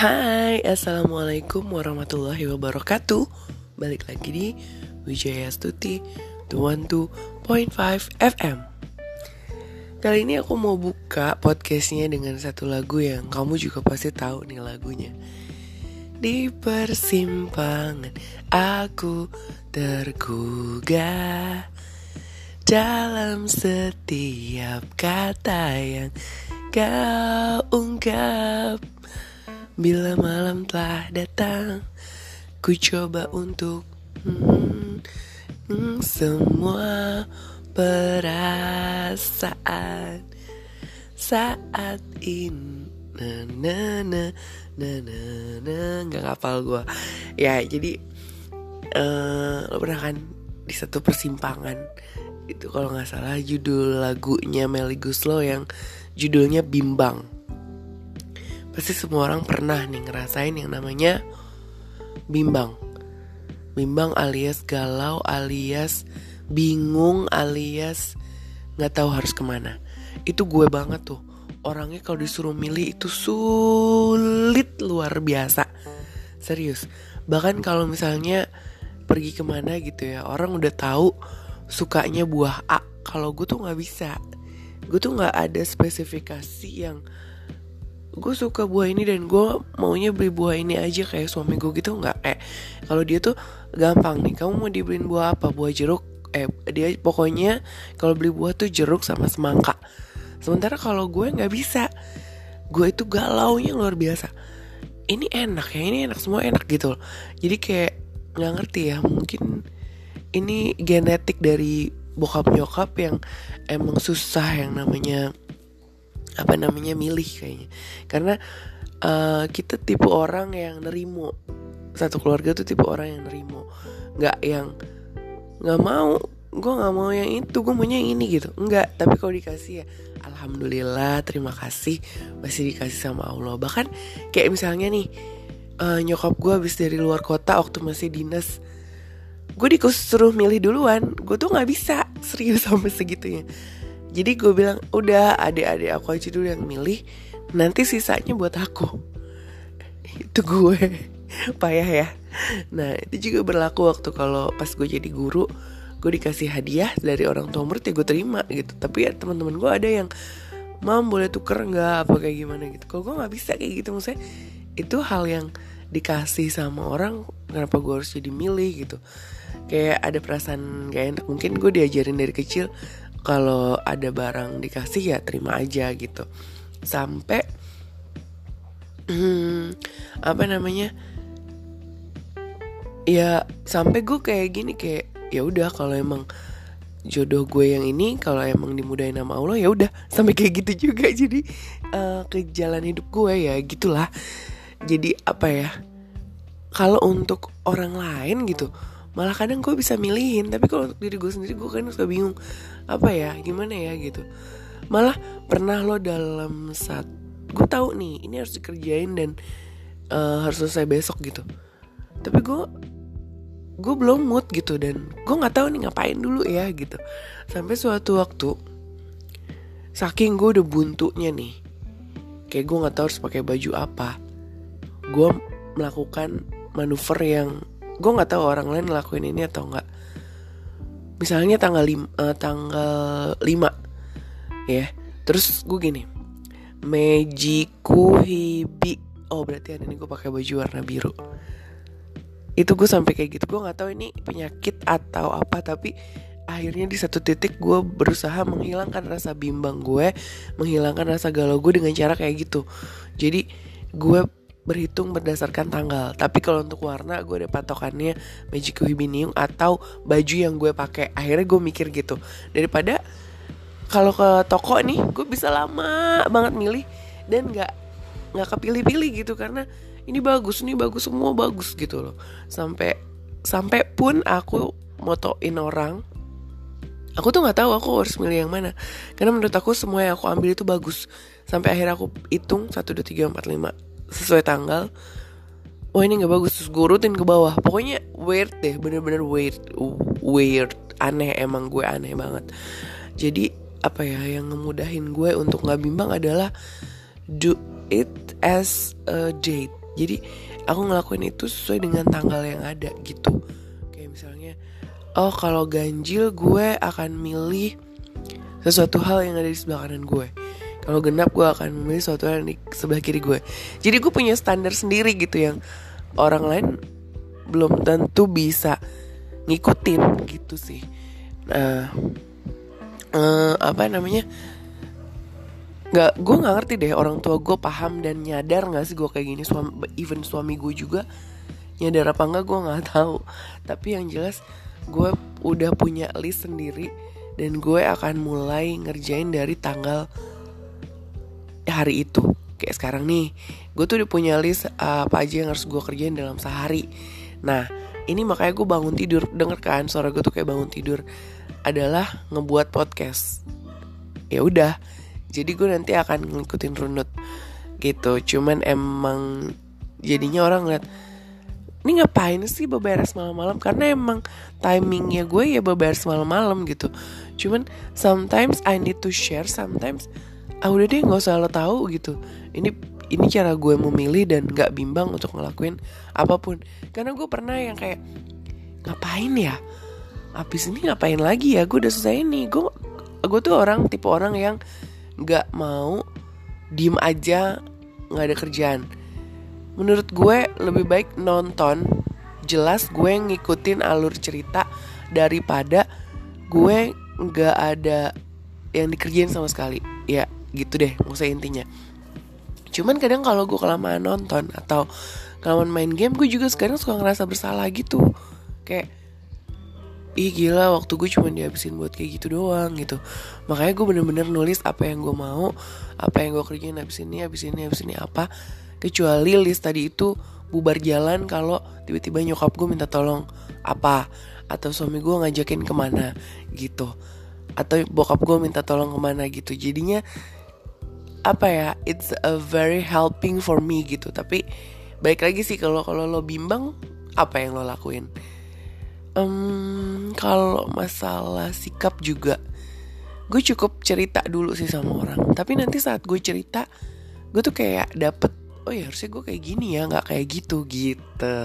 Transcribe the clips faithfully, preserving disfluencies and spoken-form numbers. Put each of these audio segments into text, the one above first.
Hai, assalamualaikum warahmatullahi wabarakatuh. Balik lagi di Wijaya Stuti dua puluh dua koma lima F M. Kali ini aku mau buka podcastnya dengan satu lagu yang kamu juga pasti tahu nih lagunya. Di persimpangan aku tergugah dalam setiap kata yang kau ungkap. Bila malam telah datang, ku coba untuk hmm, hmm, semua perasaan saat ini. Na na na na na na nggak ngapal gue. Ya jadi uh, lo pernah kan di satu persimpangan itu, kalau nggak salah judul lagunya Melly Goeslaw yang judulnya Bimbang. Pasti semua orang pernah nih ngerasain yang namanya bimbang. Bimbang alias galau, alias bingung, alias gak tahu harus kemana. Itu gue banget tuh. Orangnya kalau disuruh milih itu sulit luar biasa. Serius. Bahkan kalau misalnya pergi kemana gitu ya, orang udah tahu sukanya buah A. Kalau gue tuh gak bisa. Gue tuh gak ada spesifikasi yang gue suka buah ini dan gue maunya beli buah ini aja kayak suami gue gitu. Nggak, kayak kalau dia tuh gampang nih, kamu mau dibeliin buah apa, buah jeruk, eh dia pokoknya kalau beli buah tuh jeruk sama semangka. Sementara kalau gue nggak bisa, gue itu galaunya luar biasa. Ini enak ya, ini enak, semua enak gitu loh. Jadi kayak nggak ngerti ya, mungkin ini genetik dari bokap nyokap yang emang susah yang namanya apa namanya milih kayaknya. Karena uh, kita tipe orang yang nerimo. Satu keluarga tuh tipe orang yang nerimo, nggak yang nggak mau, gue nggak mau yang itu, gue maunya yang ini gitu. Nggak, tapi kalau dikasih ya alhamdulillah, terima kasih, masih dikasih sama Allah. Bahkan kayak misalnya nih, uh, nyokap gue habis dari luar kota waktu masih dinas, gue disuruh milih duluan. Gue tuh nggak bisa, serius sampai segitunya. Jadi gue bilang, udah adik-adik aku aja dulu yang milih, nanti sisanya buat aku. Itu gue payah ya. Nah itu juga berlaku waktu kalau pas gue jadi guru, gue dikasih hadiah dari orang tua murid ya gue terima gitu. Tapi ya teman-teman gue ada yang, mam boleh tuker gak, apa kayak gimana gitu. Kalau gue gak bisa kayak gitu, maksudnya itu hal yang dikasih sama orang, kenapa gue harus jadi milih gitu. Kayak ada perasaan gak enak. Mungkin gue diajarin dari kecil, kalau ada barang dikasih ya terima aja gitu. Sampai hmm, apa namanya, ya sampai gue kayak gini, kayak ya udah kalau emang jodoh gue yang ini, kalau emang dimudahin sama Allah ya udah, sampai kayak gitu juga. Jadi uh, ke jalan hidup gue ya gitulah. Jadi apa ya, kalau untuk orang lain gitu malah kadang gue bisa milihin, tapi kalau untuk diri gue sendiri gue kan suka bingung, apa ya, gimana ya gitu. Malah pernah lo dalam saat gue tahu nih ini harus dikerjain dan uh, harus selesai besok gitu, tapi gue gue belum mood gitu, dan gue nggak tahu nih ngapain dulu ya gitu. Sampai suatu waktu, saking gue udah buntunya nih, kayak gue nggak tahu harus pakai baju apa, gue melakukan manuver yang gue nggak tahu orang lain ngelakuin ini atau enggak. Misalnya tanggal lima, uh, tanggal lima ya, terus gue gini, Mejiku Hibi, oh berarti hari ini gue pakai baju warna biru. Itu gue sampai kayak gitu, gue nggak tahu ini penyakit atau apa, tapi akhirnya di satu titik gue berusaha menghilangkan rasa bimbang gue, menghilangkan rasa galau gue dengan cara kayak gitu. Jadi gue berhitung berdasarkan tanggal. Tapi kalau untuk warna gue ada patokannya Mejiku Hibinium atau baju yang gue pakai. Akhirnya gue mikir gitu, daripada kalau ke toko nih gue bisa lama banget milih dan nggak nggak kepilih-pilih gitu, karena ini bagus, ini bagus, semua bagus gitu loh. Sampai sampai pun aku motoin orang, aku tuh nggak tahu aku harus milih yang mana, karena menurut aku semua yang aku ambil itu bagus. Sampai akhirnya aku hitung satu, dua, tiga, empat, lima sesuai tanggal. Oh ini gak bagus, terus gue rutin ke bawah. Pokoknya weird deh, bener-bener weird. Weird, aneh, emang gue aneh banget. Jadi apa ya, yang ngemudahin gue untuk gak bimbang adalah do it as a date. Jadi aku ngelakuin itu sesuai dengan tanggal yang ada gitu. Kayak misalnya, oh kalau ganjil gue akan milih sesuatu hal yang ada di sebelah kanan gue. Kalau genap gue akan memilih sesuatu hal yang di sebelah kiri gue. Jadi gue punya standar sendiri gitu yang orang lain belum tentu bisa ngikutin gitu sih. Nah, uh, apa namanya? Gak, gue nggak ngerti deh orang tua gue paham dan nyadar nggak sih gue kayak gini. Suami, even suami gue juga nyadar apa enggak gue nggak tahu. Tapi yang jelas gue udah punya list sendiri dan gue akan mulai ngerjain dari tanggal hari itu. Kayak sekarang nih, gue tuh udah punya list uh, apa aja yang harus gue kerjain dalam sehari. Nah, ini makanya gue bangun tidur, denger kan suara gue tuh kayak bangun tidur, adalah ngebuat podcast. Ya udah, jadi gue nanti akan ngikutin runut gitu. Cuman emang jadinya orang ngeliat, ini ngapain sih beberes malam-malam? Karena emang timingnya gue ya beberes malam-malam gitu. Cuman sometimes I need to share, sometimes ah udah deh nggak usah lo tahu gitu. Ini ini cara gue memilih dan nggak bimbang untuk ngelakuin apapun. Karena gue pernah yang kayak, ngapain ya? Abis ini ngapain lagi ya? Gue udah selesai nih. Gue gue tuh orang tipe orang yang nggak mau diem aja nggak ada kerjaan. Menurut gue lebih baik nonton, jelas gue ngikutin alur cerita daripada gue nggak ada yang dikerjain sama sekali. Ya gitu deh maksudnya intinya. Cuman kadang kalau gue kelamaan nonton atau kelamaan main game, gue juga sekarang suka ngerasa bersalah gitu. Kayak, ih gila waktu gue cuma dihabisin buat kayak gitu doang gitu. Makanya gue bener-bener nulis apa yang gue mau, apa yang gue kerjain habis ini, habis ini, habis ini apa. Kecuali list tadi itu bubar jalan kalau tiba-tiba nyokap gue minta tolong apa, atau suami gue ngajakin kemana gitu, atau bokap gue minta tolong kemana gitu. Jadinya apa ya, it's a very helping for me gitu. Tapi balik lagi sih, kalau kalau lo bimbang, apa yang lo lakuin? Um, kalau masalah sikap juga, gue cukup cerita dulu sih sama orang. Tapi nanti saat gue cerita, gue tuh kayak dapet, oh ya harusnya gue kayak gini ya, nggak kayak gitu gitu.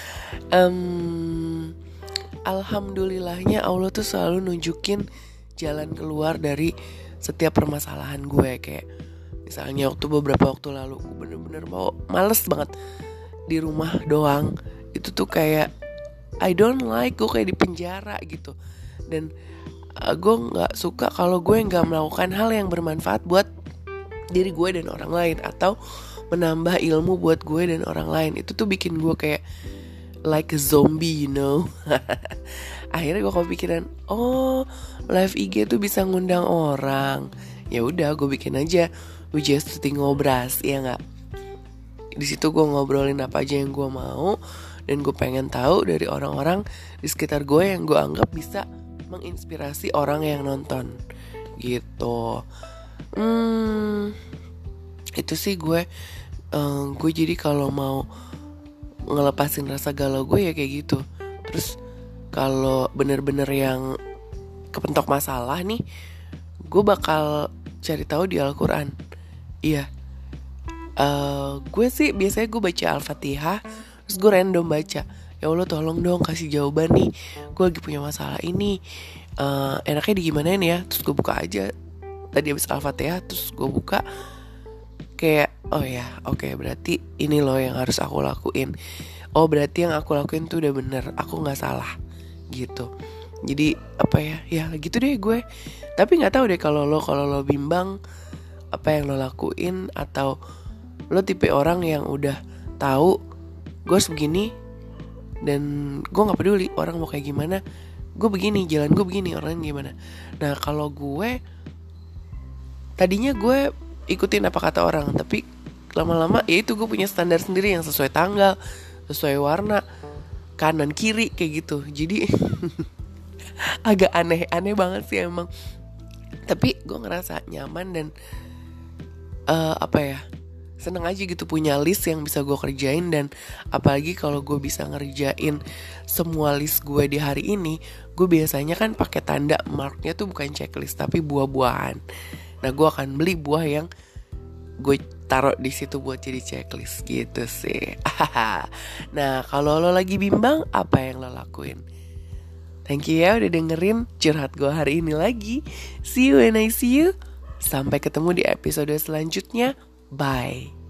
Um, Alhamdulillahnya Allah tuh selalu nunjukin jalan keluar dari setiap permasalahan gue. Kayak misalnya waktu beberapa waktu lalu gue bener-bener mau males banget di rumah doang. Itu tuh kayak I don't like, gue kayak di penjara gitu. Dan uh, gue gak suka kalau gue gak melakukan hal yang bermanfaat buat diri gue dan orang lain, atau menambah ilmu buat gue dan orang lain. Itu tuh bikin gue kayak like a zombie, you know. Akhirnya gue kepikiran, oh live I G tuh bisa ngundang orang. Ya udah, gue bikin aja We Just Ngobras, ya nggak? Di situ gue ngobrolin apa aja yang gue mau, dan gue pengen tahu dari orang-orang di sekitar gue yang gue anggap bisa menginspirasi orang yang nonton gitu. Hmm, itu sih gue, um, gue jadi kalau mau ngelepasin rasa galau gue ya kayak gitu. Terus kalau bener-bener yang kepentok masalah nih, gue bakal cari tahu di Al-Quran. Iya, uh, gue sih biasanya gue baca Al-Fatihah, terus gue random baca, ya Allah tolong dong kasih jawaban nih, gue lagi punya masalah ini, uh, enaknya digimanain ya. Terus gue buka aja tadi habis Al-Fatihah, terus gue buka kayak, oh ya oke okay, berarti ini loh yang harus aku lakuin. Oh berarti yang aku lakuin tuh udah bener, aku gak salah gitu. Jadi apa ya, ya gitu deh gue. Tapi gak tahu deh kalau lo kalau lo bimbang apa yang lo lakuin, atau lo tipe orang yang udah tahu gue harus begini dan gue gak peduli orang mau kayak gimana, gue begini, jalan gue begini, orang gimana. Nah kalau gue tadinya gue ikutin apa kata orang, tapi lama-lama ya itu gue punya standar sendiri yang sesuai tanggal, sesuai warna, kanan kiri kayak gitu. Jadi agak aneh, aneh banget sih emang. Tapi gue ngerasa nyaman dan uh, apa ya, seneng aja gitu punya list yang bisa gue kerjain. Dan apalagi kalau gue bisa ngerjain semua list gue di hari ini, gue biasanya kan pakai tanda marknya tuh bukan checklist tapi buah-buahan. Nah gue akan beli buah yang gue taruh di situ buat jadi checklist gitu sih. Nah, kalau lo lagi bimbang, apa yang lo lakuin? Thank you ya udah dengerin curhat gue hari ini lagi. See you when I see you. Sampai ketemu di episode selanjutnya. Bye.